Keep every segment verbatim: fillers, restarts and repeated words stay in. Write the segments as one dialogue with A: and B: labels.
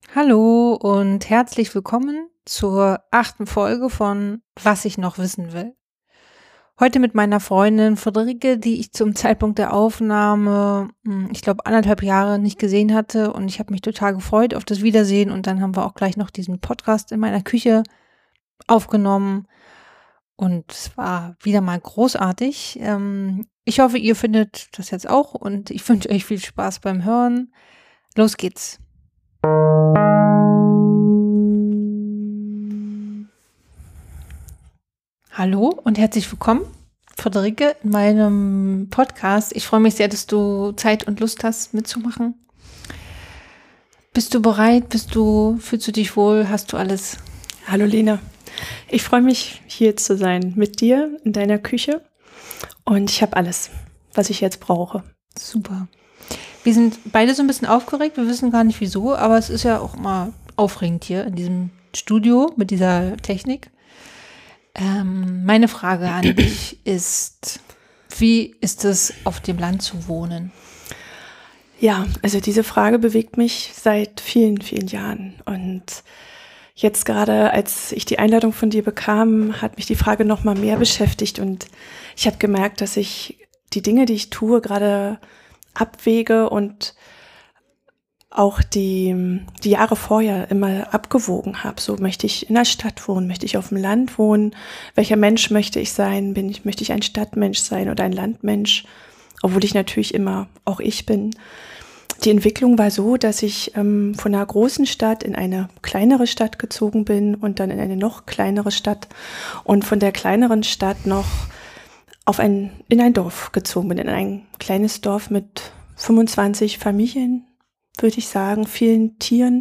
A: Hallo und herzlich willkommen zur achten Folge von Was ich noch wissen will. Heute mit meiner Freundin Friederike, die ich zum Zeitpunkt der Aufnahme, hm, ich glaube, anderthalb Jahre nicht gesehen hatte, und ich habe mich total gefreut auf das Wiedersehen, und dann haben wir auch gleich noch diesen Podcast in meiner Küche aufgenommen und es war wieder mal großartig. Ähm, ich hoffe, ihr findet das jetzt auch, und ich wünsche euch viel Spaß beim Hören. Los geht's. Hallo und herzlich willkommen, Friederike, in meinem Podcast. Ich freue mich sehr, dass du Zeit und Lust hast, mitzumachen. Bist du bereit? Bist du, fühlst du dich wohl? Hast du alles?
B: Hallo Lena, ich freue mich, hier zu sein mit dir in deiner Küche, und ich habe alles, was ich jetzt brauche.
A: Super. Wir sind beide so ein bisschen aufgeregt, wir wissen gar nicht wieso, aber es ist ja auch mal aufregend hier in diesem Studio mit dieser Technik. Ähm, meine Frage an dich ist, wie ist es, auf dem Land zu wohnen?
B: Ja, also diese Frage bewegt mich seit vielen, vielen Jahren, und jetzt gerade, als ich die Einladung von dir bekam, hat mich die Frage noch mal mehr beschäftigt, und ich habe gemerkt, dass ich die Dinge, die ich tue, gerade abwäge und auch die, die Jahre vorher immer abgewogen habe. So, möchte ich in der Stadt wohnen, möchte ich auf dem Land wohnen, welcher Mensch möchte ich sein, bin ich, möchte ich ein Stadtmensch sein oder ein Landmensch, obwohl ich natürlich immer auch ich bin. Die Entwicklung war so, dass ich ähm, von einer großen Stadt in eine kleinere Stadt gezogen bin und dann in eine noch kleinere Stadt und von der kleineren Stadt noch auf ein, in ein Dorf gezogen bin, in ein kleines Dorf mit fünfundzwanzig Familien, würde ich sagen, vielen Tieren.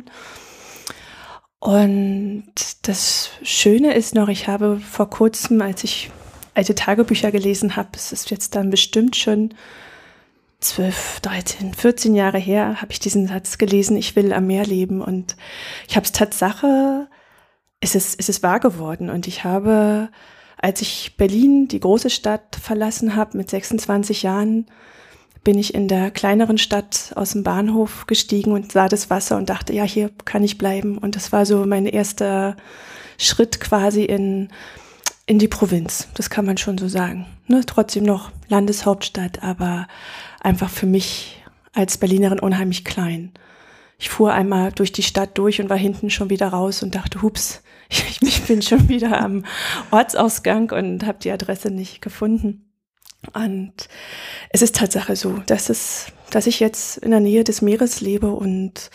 B: Und das Schöne ist noch, ich habe vor kurzem, als ich alte Tagebücher gelesen habe, es ist jetzt dann bestimmt schon zwölf, dreizehn, vierzehn Jahre her, habe ich diesen Satz gelesen, ich will am Meer leben. Und ich habe es Tatsache, es ist, es ist wahr geworden. Und ich habe, als ich Berlin, die große Stadt, verlassen habe mit sechsundzwanzig Jahren, bin ich in der kleineren Stadt aus dem Bahnhof gestiegen und sah das Wasser und dachte, ja, hier kann ich bleiben. Und das war so mein erster Schritt quasi in, in die Provinz. Das kann man schon so sagen. Ne? Trotzdem noch Landeshauptstadt, aber einfach für mich als Berlinerin unheimlich klein. Ich fuhr einmal durch die Stadt durch und war hinten schon wieder raus und dachte, hups, ich, ich bin schon wieder am Ortsausgang und habe die Adresse nicht gefunden. Und es ist Tatsache so, dass, es, dass ich jetzt in der Nähe des Meeres lebe und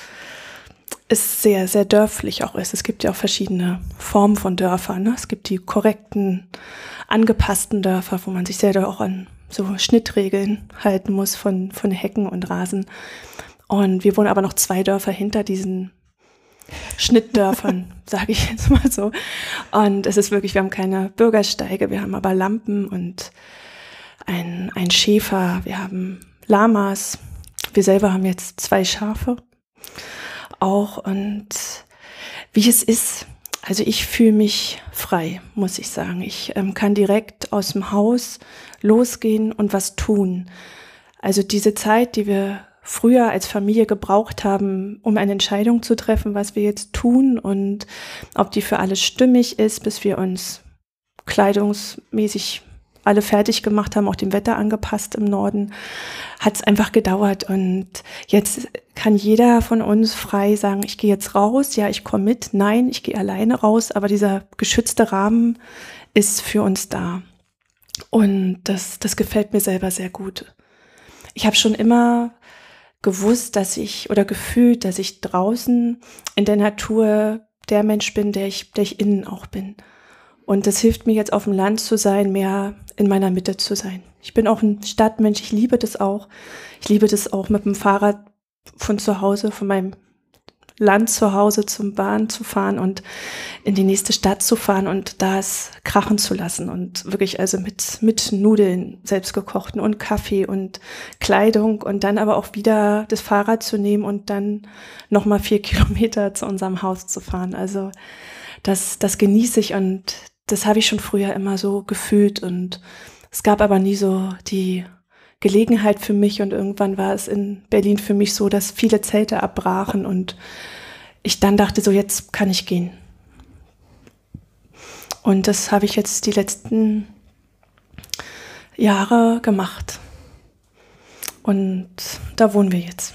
B: es sehr, sehr dörflich auch ist. Es gibt ja auch verschiedene Formen von Dörfern. Ne? Es gibt die korrekten, angepassten Dörfer, wo man sich sehr auch an so Schnittregeln halten muss von, von Hecken und Rasen. Und wir wohnen aber noch zwei Dörfer hinter diesen Schnittdörfern, sage ich jetzt mal so. Und es ist wirklich, wir haben keine Bürgersteige, wir haben aber Lampen und ein, ein Schäfer, wir haben Lamas. Wir selber haben jetzt zwei Schafe auch. Und wie es ist, also ich fühle mich frei, muss ich sagen. Ich ähm, kann direkt aus dem Haus losgehen und was tun. Also diese Zeit, die wir früher als Familie gebraucht haben, um eine Entscheidung zu treffen, was wir jetzt tun und ob die für alle stimmig ist, bis wir uns kleidungsmäßig alle fertig gemacht haben, auch dem Wetter angepasst im Norden, hat es einfach gedauert. Und jetzt kann jeder von uns frei sagen, ich gehe jetzt raus, ja, ich komme mit, nein, ich gehe alleine raus, aber dieser geschützte Rahmen ist für uns da. Und das, das gefällt mir selber sehr gut. Ich habe schon immer gewusst, dass ich oder gefühlt, dass ich draußen in der Natur der Mensch bin, der ich, der ich innen auch bin. Und das hilft mir jetzt auf dem Land zu sein, mehr in meiner Mitte zu sein. Ich bin auch ein Stadtmensch, ich liebe das auch. Ich liebe das auch mit dem Fahrrad von zu Hause, von meinem Land zu Hause zum Bahn zu fahren und in die nächste Stadt zu fahren und da es krachen zu lassen und wirklich also mit, mit Nudeln selbstgekochten und Kaffee und Kleidung und dann aber auch wieder das Fahrrad zu nehmen und dann nochmal vier Kilometer zu unserem Haus zu fahren. Also das, das genieße ich und das habe ich schon früher immer so gefühlt und es gab aber nie so die Gelegenheit für mich und irgendwann war es in Berlin für mich so, dass viele Zelte abbrachen und ich dann dachte, so jetzt kann ich gehen. Und das habe ich jetzt die letzten Jahre gemacht. Und da wohnen wir jetzt.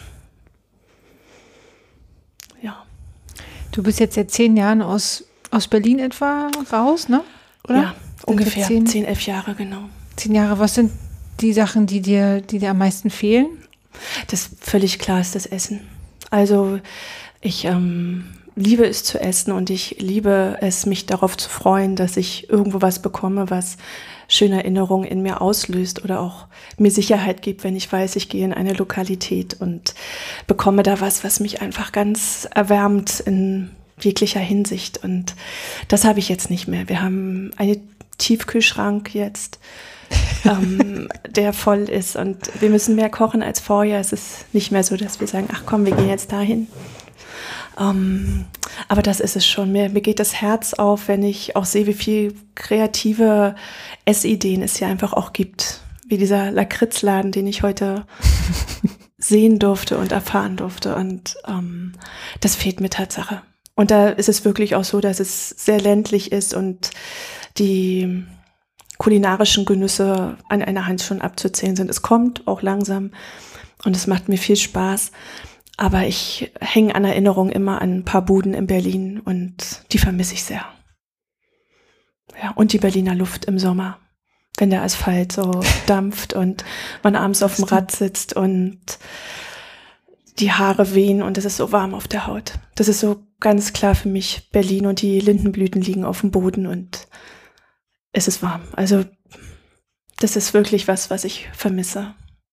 B: Ja.
A: Du bist jetzt seit zehn Jahren aus, aus Berlin etwa raus, ne? Oder?
B: Ja, ungefähr
A: zehn,
B: zehn, elf Jahre, genau.
A: Zehn Jahre. Was sind die Sachen, die dir, die dir am meisten fehlen?
B: Das völlig klar ist das Essen. Also ich ähm, liebe es zu essen und ich liebe es, mich darauf zu freuen, dass ich irgendwo was bekomme, was schöne Erinnerungen in mir auslöst oder auch mir Sicherheit gibt, wenn ich weiß, ich gehe in eine Lokalität und bekomme da was, was mich einfach ganz erwärmt in jeglicher Hinsicht. Und das habe ich jetzt nicht mehr. Wir haben einen Tiefkühlschrank jetzt, ähm, der voll ist und wir müssen mehr kochen als vorher. Es ist nicht mehr so, dass wir sagen, ach komm, wir gehen jetzt dahin. Um, aber das ist es schon. Mir, mir geht das Herz auf, wenn ich auch sehe, wie viel kreative Essideen es hier einfach auch gibt. Wie dieser Lakritzladen, den ich heute sehen durfte und erfahren durfte. Und um, das fehlt mir Tatsache. Und da ist es wirklich auch so, dass es sehr ländlich ist und die kulinarischen Genüsse an einer Hand schon abzuzählen sind. Es kommt auch langsam und es macht mir viel Spaß. Aber ich hänge an Erinnerung immer an ein paar Buden in Berlin und die vermisse ich sehr. Ja, und die Berliner Luft im Sommer, wenn der Asphalt so dampft und man abends auf dem Rad sitzt und die Haare wehen und es ist so warm auf der Haut. Das ist so ganz klar für mich Berlin und die Lindenblüten liegen auf dem Boden und es ist warm. Also das ist wirklich was, was ich vermisse.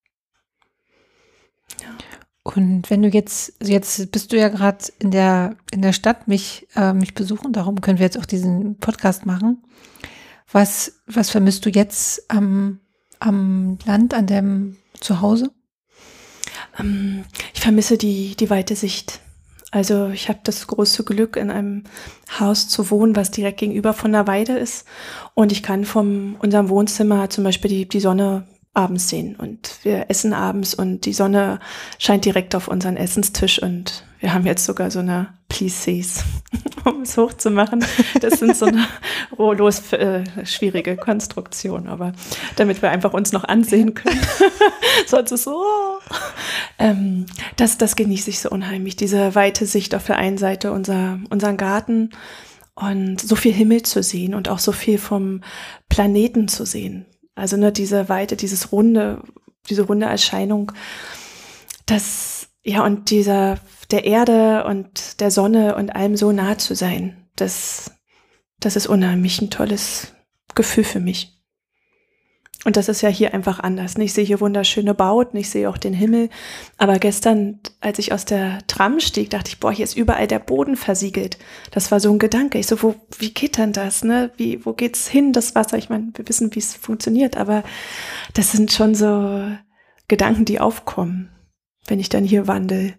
A: Und wenn du jetzt, jetzt bist du ja gerade in der, in der Stadt mich, äh, mich besuchen, darum können wir jetzt auch diesen Podcast machen. Was, was vermisst du jetzt am, am Land, an deinem Zuhause?
B: Ähm, ich vermisse die, die weite Sicht. Also ich habe das große Glück, in einem Haus zu wohnen, was direkt gegenüber von der Weide ist. Und ich kann von unserem Wohnzimmer zum Beispiel die, die Sonne abends sehen und wir essen abends und die Sonne scheint direkt auf unseren Essenstisch und wir haben jetzt sogar so eine Plissés, um es hochzumachen. Das sind so eine rohlos äh, schwierige Konstruktion, aber damit wir einfach uns noch ansehen können. Sonst ist so, oh. ähm, das, das genieße ich so unheimlich, diese weite Sicht auf der einen Seite, unser, unseren Garten und so viel Himmel zu sehen und auch so viel vom Planeten zu sehen. Also ne, diese Weite, dieses runde, diese runde Erscheinung, das, ja, und dieser, der Erde und der Sonne und allem so nah zu sein, das, das ist unheimlich ein tolles Gefühl für mich. Und das ist ja hier einfach anders. Ich sehe hier wunderschöne Bauten, ich sehe auch den Himmel. Aber gestern, als ich aus der Tram stieg, dachte ich, boah, hier ist überall der Boden versiegelt. Das war so ein Gedanke. Ich so, wo, wie geht denn das? Ne? Wie, wo geht's hin, das Wasser? Ich meine, wir wissen, wie es funktioniert, aber das sind schon so Gedanken, die aufkommen, wenn ich dann hier wandel.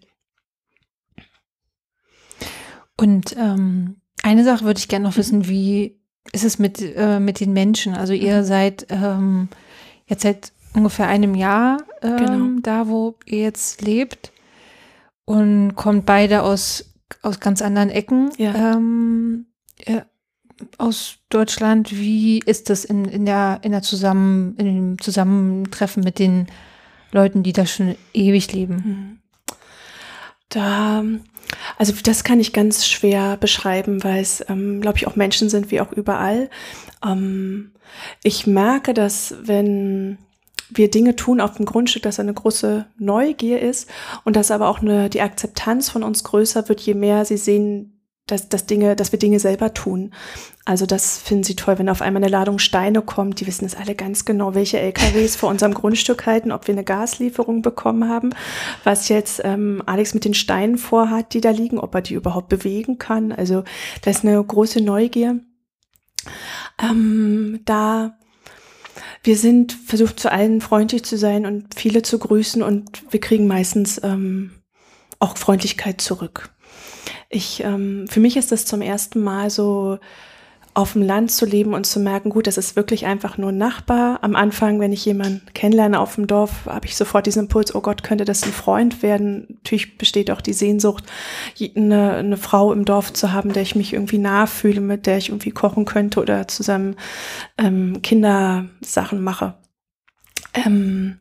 A: Und ähm, eine Sache würde ich gerne noch wissen, wie ist es mit, äh, mit den Menschen? Also ihr seid ähm, jetzt seit ungefähr einem Jahr ähm,
B: Genau.
A: da, wo ihr jetzt lebt und kommt beide aus, aus ganz anderen Ecken
B: Ja.
A: ähm, äh, aus Deutschland. Wie ist das in, in, der, in, der Zusammen, in dem Zusammentreffen mit den Leuten, die da schon ewig leben?
B: Da, also das kann ich ganz schwer beschreiben, weil es, ähm, glaube ich, auch Menschen sind wie auch überall. Ähm, ich merke, dass wenn wir Dinge tun auf dem Grundstück, dass eine große Neugier ist und dass aber auch eine, die Akzeptanz von uns größer wird, je mehr sie sehen, dass, dass, Dinge, dass wir Dinge selber tun. Also das finden sie toll, wenn auf einmal eine Ladung Steine kommt. Die wissen es alle ganz genau, welche L K Ws vor unserem Grundstück halten, ob wir eine Gaslieferung bekommen haben, was jetzt ähm, Alex mit den Steinen vorhat, die da liegen, ob er die überhaupt bewegen kann. Also das ist eine große Neugier. Ähm, da wir sind versucht, zu allen freundlich zu sein und viele zu grüßen und wir kriegen meistens ähm, auch Freundlichkeit zurück. Ich, ähm, für mich ist das zum ersten Mal so auf dem Land zu leben und zu merken, gut, das ist wirklich einfach nur ein Nachbar. Am Anfang, wenn ich jemanden kennenlerne auf dem Dorf, habe ich sofort diesen Impuls, oh Gott, könnte das ein Freund werden? Natürlich besteht auch die Sehnsucht, eine, eine Frau im Dorf zu haben, der ich mich irgendwie nahe fühle, mit der ich irgendwie kochen könnte oder zusammen ähm, Kindersachen mache. Ähm,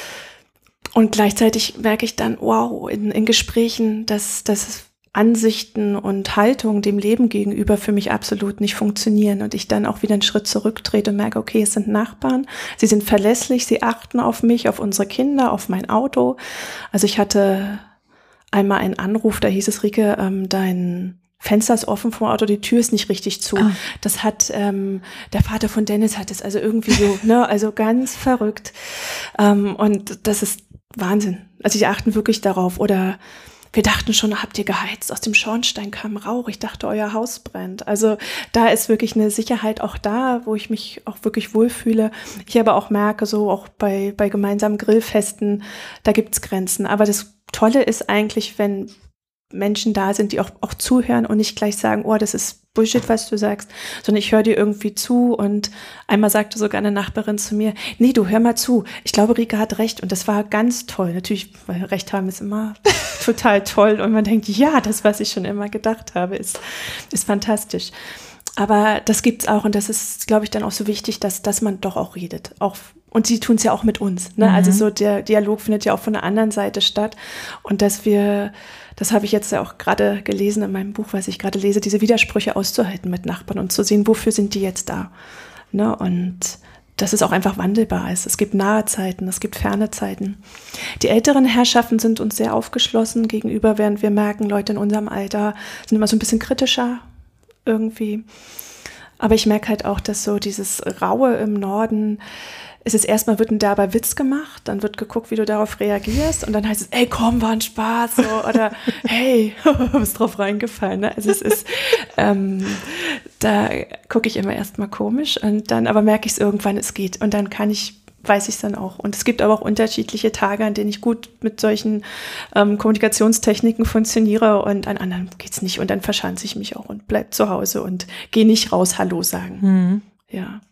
B: und gleichzeitig merke ich dann, wow, in, in Gesprächen, dass das Ansichten und Haltung dem Leben gegenüber für mich absolut nicht funktionieren und ich dann auch wieder einen Schritt zurücktrete und merke, okay, es sind Nachbarn, sie sind verlässlich, sie achten auf mich, auf unsere Kinder, auf mein Auto. Also ich hatte einmal einen Anruf, da hieß es, Rike, ähm, dein Fenster ist offen vom Auto, die Tür ist nicht richtig zu. Ah. Das hat, ähm, der Vater von Dennis hat es also irgendwie so, ne, also ganz verrückt. Ähm, und das ist Wahnsinn. Also die achten wirklich darauf. Oder wir dachten schon, habt ihr geheizt? Aus dem Schornstein kam Rauch. Ich dachte, euer Haus brennt. Also da ist wirklich eine Sicherheit auch da, wo ich mich auch wirklich wohlfühle. Ich aber auch merke, so auch bei, bei gemeinsamen Grillfesten, da gibt's Grenzen. Aber das Tolle ist eigentlich, wenn Menschen da sind, die auch, auch zuhören und nicht gleich sagen, oh, das ist Bullshit, was du sagst, sondern ich höre dir irgendwie zu. Und einmal sagte sogar eine Nachbarin zu mir, nee, du hör mal zu, ich glaube, Rike hat recht. Und das war ganz toll. Natürlich, weil Recht haben ist immer total toll. Und man denkt, ja, das, was ich schon immer gedacht habe, ist, ist fantastisch. Aber das gibt's auch. Und das ist, glaube ich, dann auch so wichtig, dass, dass man doch auch redet. Auch, und sie tun es ja auch mit uns. Ne? Mhm. Also so der Dialog findet ja auch von der anderen Seite statt. Und dass wir, das habe ich jetzt ja auch gerade gelesen in meinem Buch, was ich gerade lese, diese Widersprüche auszuhalten mit Nachbarn und zu sehen, wofür sind die jetzt da? Ne? Und dass es auch einfach wandelbar ist. Es gibt nahe Zeiten, es gibt ferne Zeiten. Die älteren Herrschaften sind uns sehr aufgeschlossen gegenüber, während wir merken, Leute in unserem Alter sind immer so ein bisschen kritischer irgendwie. Aber ich merke halt auch, dass so dieses Raue im Norden, es ist erstmal, wird ein derber Witz gemacht, dann wird geguckt, wie du darauf reagierst und dann heißt es, ey, komm, war ein Spaß, so, oder hey, bist drauf reingefallen. Ne? Also es ist, ähm, da gucke ich immer erstmal komisch und dann aber merke ich es irgendwann, es geht und dann kann ich, weiß ich es dann auch. Und es gibt aber auch unterschiedliche Tage, an denen ich gut mit solchen ähm, Kommunikationstechniken funktioniere und an anderen geht's nicht und dann verschanze ich mich auch und bleib zu Hause und gehe nicht raus Hallo sagen.
A: Mhm.
B: Ja.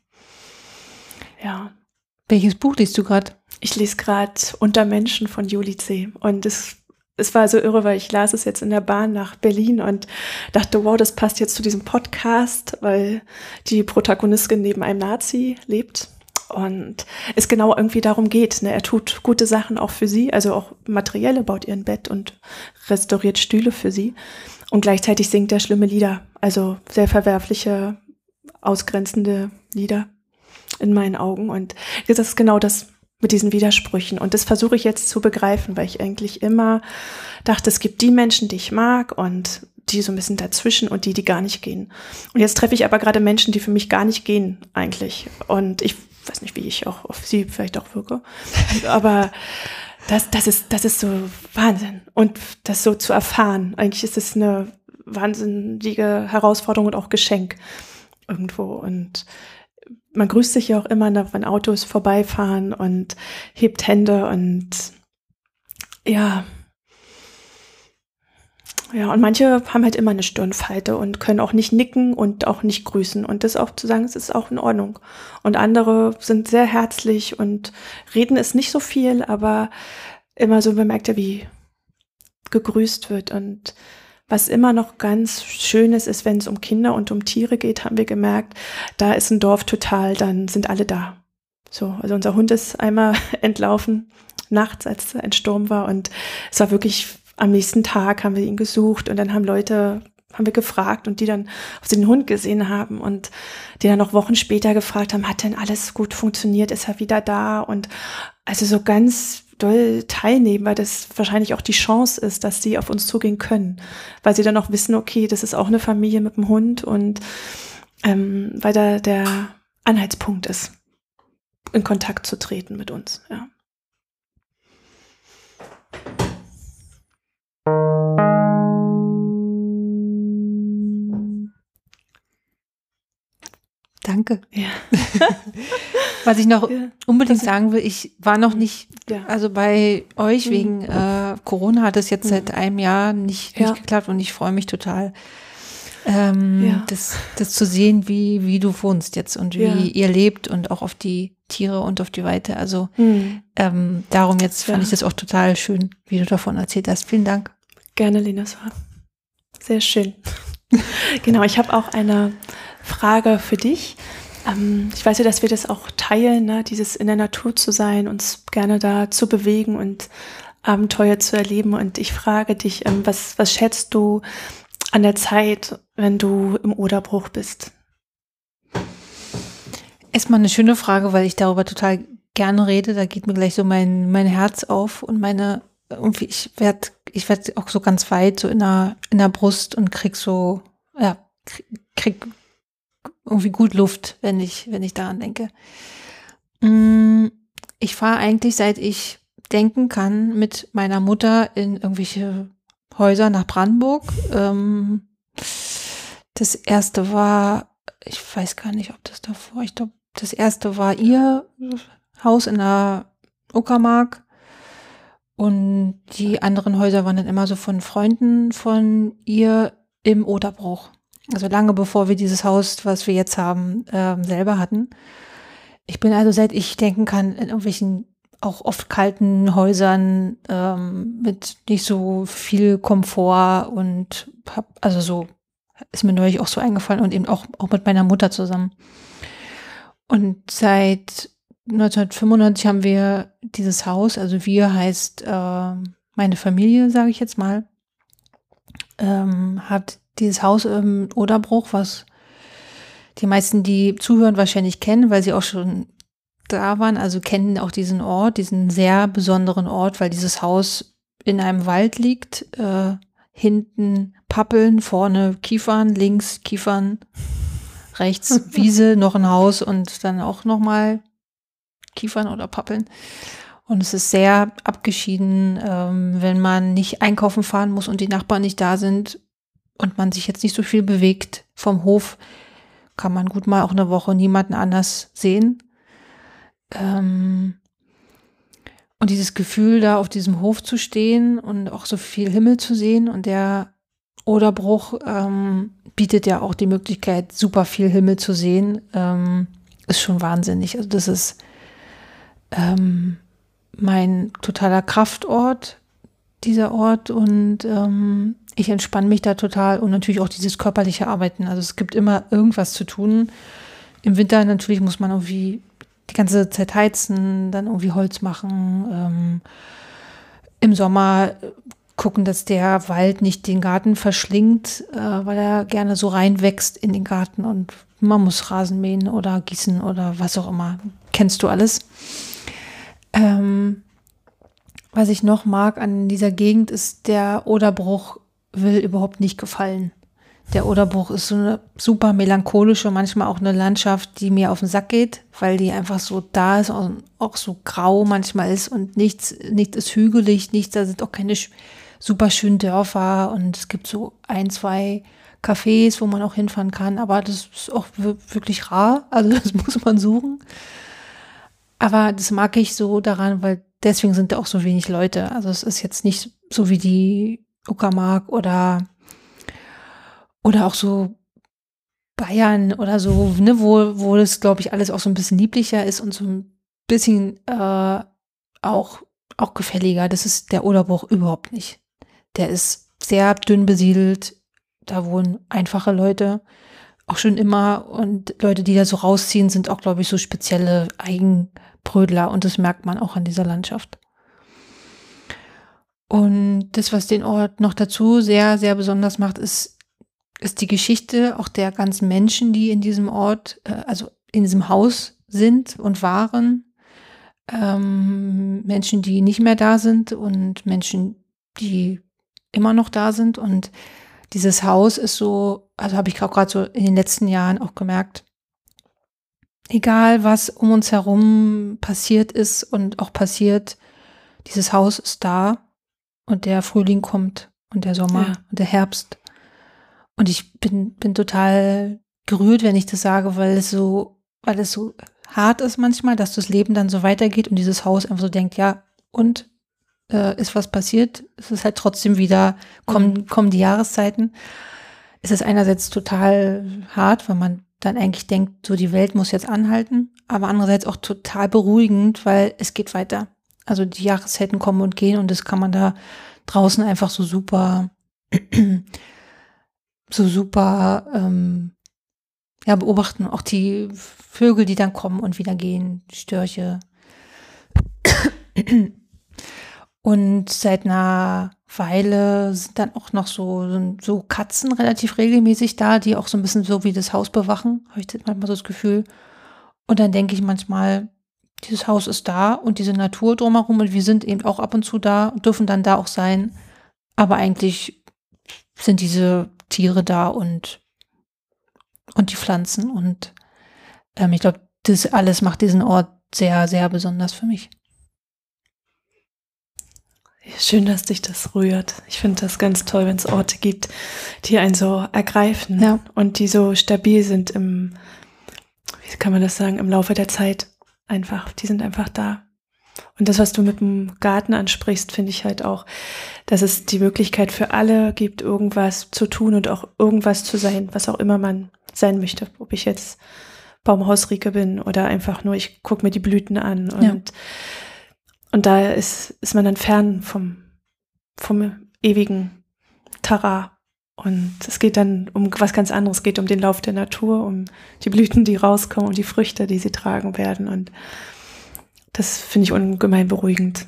B: Ja.
A: Welches Buch liest du gerade?
B: Ich lese gerade Unter Menschen von Juli C. Und es, es war so irre, weil ich las es jetzt in der Bahn nach Berlin und dachte, wow, das passt jetzt zu diesem Podcast, weil die Protagonistin neben einem Nazi lebt. Und es genau irgendwie darum geht. Ne? Er tut gute Sachen auch für sie, also auch materielle, baut ihr ein Bett und restauriert Stühle für sie. Und gleichzeitig singt er schlimme Lieder, also sehr verwerfliche, ausgrenzende Lieder in meinen Augen. Und das ist genau das mit diesen Widersprüchen. Und das versuche ich jetzt zu begreifen, weil ich eigentlich immer dachte, es gibt die Menschen, die ich mag und die so ein bisschen dazwischen und die, die gar nicht gehen. Und jetzt treffe ich aber gerade Menschen, die für mich gar nicht gehen eigentlich. Und ich weiß nicht, wie ich auch auf sie vielleicht auch wirke. Aber das, das ist, das ist so Wahnsinn. Und das so zu erfahren, eigentlich ist es eine wahnsinnige Herausforderung und auch Geschenk irgendwo. Und man grüßt sich ja auch immer, wenn Autos vorbeifahren und hebt Hände und ja, ja, und manche haben halt immer eine Stirnfalte und können auch nicht nicken und auch nicht grüßen und das auch zu sagen, es ist auch in Ordnung. Und andere sind sehr herzlich und reden es nicht so viel, aber immer so bemerkt er, wie gegrüßt wird. Und was immer noch ganz Schönes ist, wenn es um Kinder und um Tiere geht, haben wir gemerkt, da ist ein Dorf total, dann sind alle da. So, also unser Hund ist einmal entlaufen, nachts, als ein Sturm war und es war wirklich, am nächsten Tag haben wir ihn gesucht und dann haben Leute, haben wir gefragt und die dann auf den Hund gesehen haben und die dann noch Wochen später gefragt haben, hat denn alles gut funktioniert, ist er wieder da? Und also so ganz doll teilnehmen, weil das wahrscheinlich auch die Chance ist, dass sie auf uns zugehen können, weil sie dann auch wissen, okay, das ist auch eine Familie mit dem Hund und ähm, weil da der Anhaltspunkt ist, in Kontakt zu treten mit uns, ja.
A: Danke.
B: Ja.
A: Was ich noch
B: ja,
A: unbedingt sagen will, ich war noch nicht,
B: ja.
A: also bei euch
B: Mhm.
A: wegen äh, Corona hat es jetzt
B: Mhm.
A: seit einem Jahr nicht, nicht
B: Ja.
A: geklappt und ich freue mich total. ähm,
B: Ja.
A: das, das zu sehen, wie, wie du wohnst jetzt und wie
B: Ja.
A: ihr lebt und auch auf die Tiere und auf die Weite. Also
B: Hm.
A: ähm, darum jetzt fand
B: Ja.
A: ich das auch total schön, wie du davon erzählt hast. Vielen Dank.
B: Gerne, Lena, es war sehr schön. Genau, ich habe auch eine Frage für dich. Ähm, ich weiß ja, dass wir das auch teilen, ne? Dieses in der Natur zu sein, uns gerne da zu bewegen und Abenteuer zu erleben. Und ich frage dich, ähm, was, was schätzt du an der Zeit, wenn du im Oderbruch bist?
A: Erstmal eine schöne Frage, weil ich darüber total gerne rede. Da geht mir gleich so mein, mein Herz auf und meine, irgendwie, ich werde ich werd auch so ganz weit, so in der, in der Brust und krieg so, ja, krieg, krieg irgendwie gut Luft, wenn ich, wenn ich daran denke. Ich fahre eigentlich, seit ich denken kann, mit meiner Mutter in irgendwelche Häuser nach Brandenburg. Ähm, das erste war, ich weiß gar nicht, ob das davor, ich glaube, das erste war ihr Haus in der Uckermark. Und die anderen Häuser waren dann immer so von Freunden von ihr im Oderbruch. Also lange bevor wir dieses Haus, was wir jetzt haben, äh, selber hatten. Ich bin also, seit ich denken kann, in irgendwelchen auch oft kalten Häusern ähm, mit nicht so viel Komfort und hab, also so ist mir neulich auch so eingefallen und eben auch, auch mit meiner Mutter zusammen. Und seit neunzehnhundertfünfundneunzig haben wir dieses Haus, also wir heißt äh, meine Familie, sage ich jetzt mal, ähm, hat dieses Haus im Oderbruch, was die meisten, die zuhören, wahrscheinlich kennen, weil sie auch schon da waren, also kennen auch diesen Ort, diesen sehr besonderen Ort, weil dieses Haus in einem Wald liegt, äh, hinten Pappeln, vorne Kiefern, links Kiefern, rechts Wiese, noch ein Haus und dann auch nochmal Kiefern oder Pappeln. Und es ist sehr abgeschieden, ähm, wenn man nicht einkaufen fahren muss und die Nachbarn nicht da sind und man sich jetzt nicht so viel bewegt vom Hof, kann man gut mal auch eine Woche niemanden anders sehen. Ähm, und dieses Gefühl, da auf diesem Hof zu stehen und auch so viel Himmel zu sehen und der Oderbruch ähm, bietet ja auch die Möglichkeit, super viel Himmel zu sehen, ähm, ist schon wahnsinnig. Also das ist ähm, mein totaler Kraftort, dieser Ort, und ähm, ich entspanne mich da total und natürlich auch dieses körperliche Arbeiten. Also es gibt immer irgendwas zu tun. Im Winter natürlich muss man irgendwie die ganze Zeit heizen, dann irgendwie Holz machen. Ähm, Im Sommer gucken, dass der Wald nicht den Garten verschlingt, äh, weil er gerne so reinwächst in den Garten und man muss Rasen mähen oder gießen oder was auch immer. Kennst du alles? Ähm, was ich noch mag an dieser Gegend ist, der Oderbruch will überhaupt nicht gefallen. Der Oderbruch ist so eine super melancholische, manchmal auch eine Landschaft, die mir auf den Sack geht, weil die einfach so da ist und auch so grau manchmal ist und nichts, nichts ist hügelig, nichts, da sind auch keine super schönen Dörfer und es gibt so ein, zwei Cafés, wo man auch hinfahren kann, aber das ist auch wirklich rar, also das muss man suchen. Aber das mag ich so daran, weil deswegen sind da auch so wenig Leute. Also es ist jetzt nicht so wie die Uckermark oder oder auch so Bayern oder so, ne, wo, wo das, glaube ich, alles auch so ein bisschen lieblicher ist und so ein bisschen äh, auch, auch gefälliger. Das ist der Oderbruch überhaupt nicht. Der ist sehr dünn besiedelt. Da wohnen einfache Leute, auch schon immer. Und Leute, die da so rausziehen, sind auch, glaube ich, so spezielle Eigenbrödler. Und das merkt man auch an dieser Landschaft. Und das, was den Ort noch dazu sehr, sehr besonders macht, ist, ist die Geschichte auch der ganzen Menschen, die in diesem Ort, äh, also in diesem Haus sind und waren. Ähm, Menschen, die nicht mehr da sind und Menschen, die immer noch da sind. Und dieses Haus ist so, also habe ich auch gerade so in den letzten Jahren auch gemerkt, egal was um uns herum passiert ist und auch passiert, dieses Haus ist da und der Frühling kommt und der Sommer
B: Ja.
A: und der Herbst. Und ich bin, bin total gerührt, wenn ich das sage, weil es so, weil es so hart ist manchmal, dass das Leben dann so weitergeht und dieses Haus einfach so denkt, ja, und äh, ist was passiert? Es ist halt trotzdem wieder, kommen, kommen die Jahreszeiten. es ist einerseits total hart, weil man dann eigentlich denkt, so die Welt muss jetzt anhalten, aber andererseits auch total beruhigend, weil es geht weiter. Also die Jahreszeiten kommen und gehen und das kann man da draußen einfach so super, so super ähm, ja, beobachten. Auch die Vögel, die dann kommen und wieder gehen, die Störche. Und seit einer Weile sind dann auch noch so, so Katzen relativ regelmäßig da, die auch so ein bisschen so wie das Haus bewachen, habe ich manchmal so das Gefühl. Und dann denke ich manchmal, dieses Haus ist da und diese Natur drumherum und wir sind eben auch ab und zu da und dürfen dann da auch sein. Aber eigentlich sind diese Tiere da und, und die Pflanzen. Und ähm, ich glaube, das alles macht diesen Ort sehr, sehr besonders für mich.
B: Schön, dass dich das rührt. Ich finde das ganz toll, wenn es Orte gibt, die einen so ergreifen
A: Ja.
B: und die so stabil sind im, wie kann man das sagen, im Laufe der Zeit einfach. Die sind einfach da. Und das, was du mit dem Garten ansprichst, finde ich halt auch, dass es die Möglichkeit für alle gibt, irgendwas zu tun und auch irgendwas zu sein, was auch immer man sein möchte. Ob ich jetzt Baumhausrieke bin oder einfach nur, ich gucke mir die Blüten an und
A: Ja.
B: Und da ist, ist man dann fern vom, vom ewigen Terrain. Und es geht dann um was ganz anderes. Es geht um den Lauf der Natur, um die Blüten, die rauskommen, um die Früchte, die sie tragen werden. Und das finde ich ungemein beruhigend.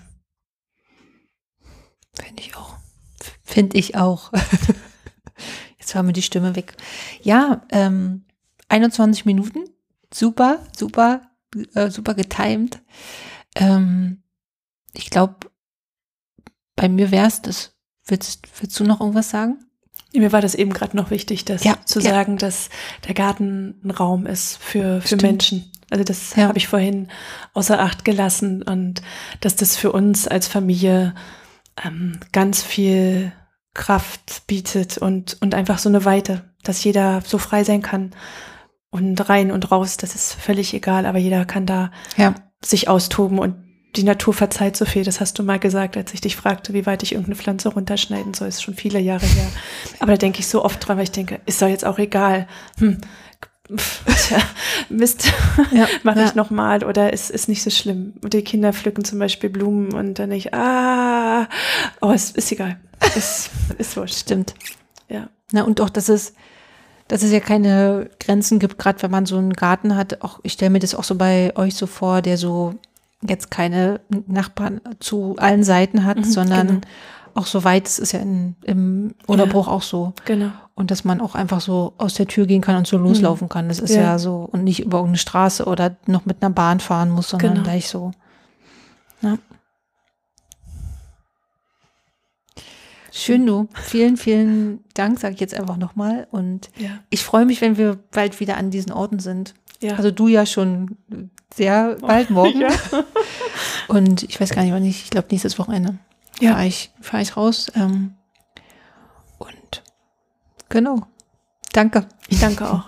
A: Finde ich auch. Finde ich auch. Jetzt war mir die Stimme weg. Ja, ähm, einundzwanzig Minuten. Super, super, äh, super getimed. Ähm, Ich glaube, bei mir wär's das. Willst, willst du noch irgendwas sagen?
B: Mir war das eben gerade noch wichtig, das
A: Ja,
B: zu
A: ja.
B: sagen, dass der Garten ein Raum ist für, für
A: Stimmt.
B: Menschen. Also das
A: Ja.
B: habe ich vorhin außer Acht gelassen und dass das für uns als Familie ähm, ganz viel Kraft bietet und, und einfach so eine Weite, dass jeder so frei sein kann und rein und raus, das ist völlig egal, aber jeder kann da
A: Ja.
B: sich austoben und die Natur verzeiht so viel, das hast du mal gesagt, als ich dich fragte, wie weit ich irgendeine Pflanze runterschneiden soll, ist schon viele Jahre her. Aber da denke ich so oft dran, weil ich denke, ist doch jetzt auch egal. Hm. Tja, Mist,
A: Ja,
B: mache
A: ja.
B: ich nochmal oder ist, ist nicht so schlimm. Und die Kinder pflücken zum Beispiel Blumen und dann denke ich, ah, oh, es ist egal. Ist, ist wurscht.
A: Stimmt.
B: Ja.
A: Na, und auch, dass es, dass es ja keine Grenzen gibt, gerade wenn man so einen Garten hat. Auch, ich stelle mir das auch so bei euch so vor, der so jetzt keine Nachbarn zu allen Seiten hat,
B: Mhm,
A: sondern
B: genau.
A: auch so weit, es ist ja in, im Unterbruch auch so.
B: Genau.
A: Und dass man auch einfach so aus der Tür gehen kann und so loslaufen kann. Das ist ja,
B: Ja.
A: so, und nicht über irgendeine Straße oder noch mit einer Bahn fahren muss, sondern
B: Genau.
A: gleich so. Ja. Schön, du. Vielen, vielen Dank, sage ich jetzt einfach nochmal. Und
B: Ja.
A: ich freue mich, wenn wir bald wieder an diesen Orten sind.
B: Ja.
A: Also du ja schon sehr bald morgen.
B: Ja.
A: Und ich weiß gar nicht, wann ich, ich glaube nächstes Wochenende
B: Ja.
A: fahre ich, fahr ich raus. Ähm, und genau. Danke.
B: Ich danke auch.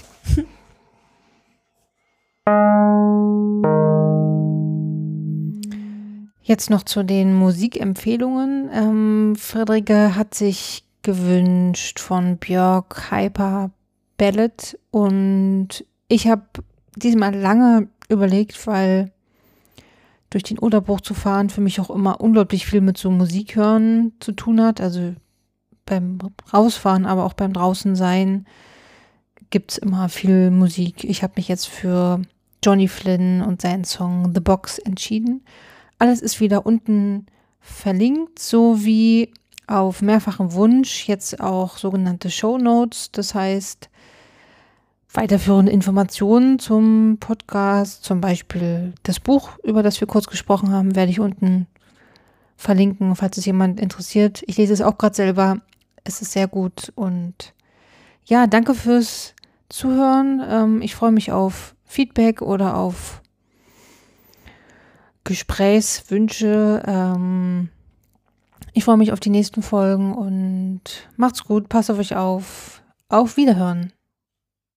A: Jetzt noch zu den Musikempfehlungen. Ähm, Friederike hat sich gewünscht von Björk Hyper Ballad und ich habe diesmal lange überlegt, weil durch den Unterbruch zu fahren für mich auch immer unglaublich viel mit so Musik hören zu tun hat. Also beim Rausfahren, aber auch beim Draußensein gibt es immer viel Musik. Ich habe mich jetzt für Johnny Flynn und seinen Song The Box entschieden. Alles ist wieder unten verlinkt, sowie auf mehrfachen Wunsch jetzt auch sogenannte Shownotes. Das heißt, weiterführende Informationen zum Podcast, zum Beispiel das Buch, über das wir kurz gesprochen haben, werde ich unten verlinken, falls es jemand interessiert. Ich lese es auch gerade selber. Es ist sehr gut und ja, danke fürs Zuhören. Ähm, ich freue mich auf Feedback oder auf Gesprächswünsche. Ähm, ich freue mich auf die nächsten Folgen und macht's gut, passt auf euch auf. Auf Wiederhören.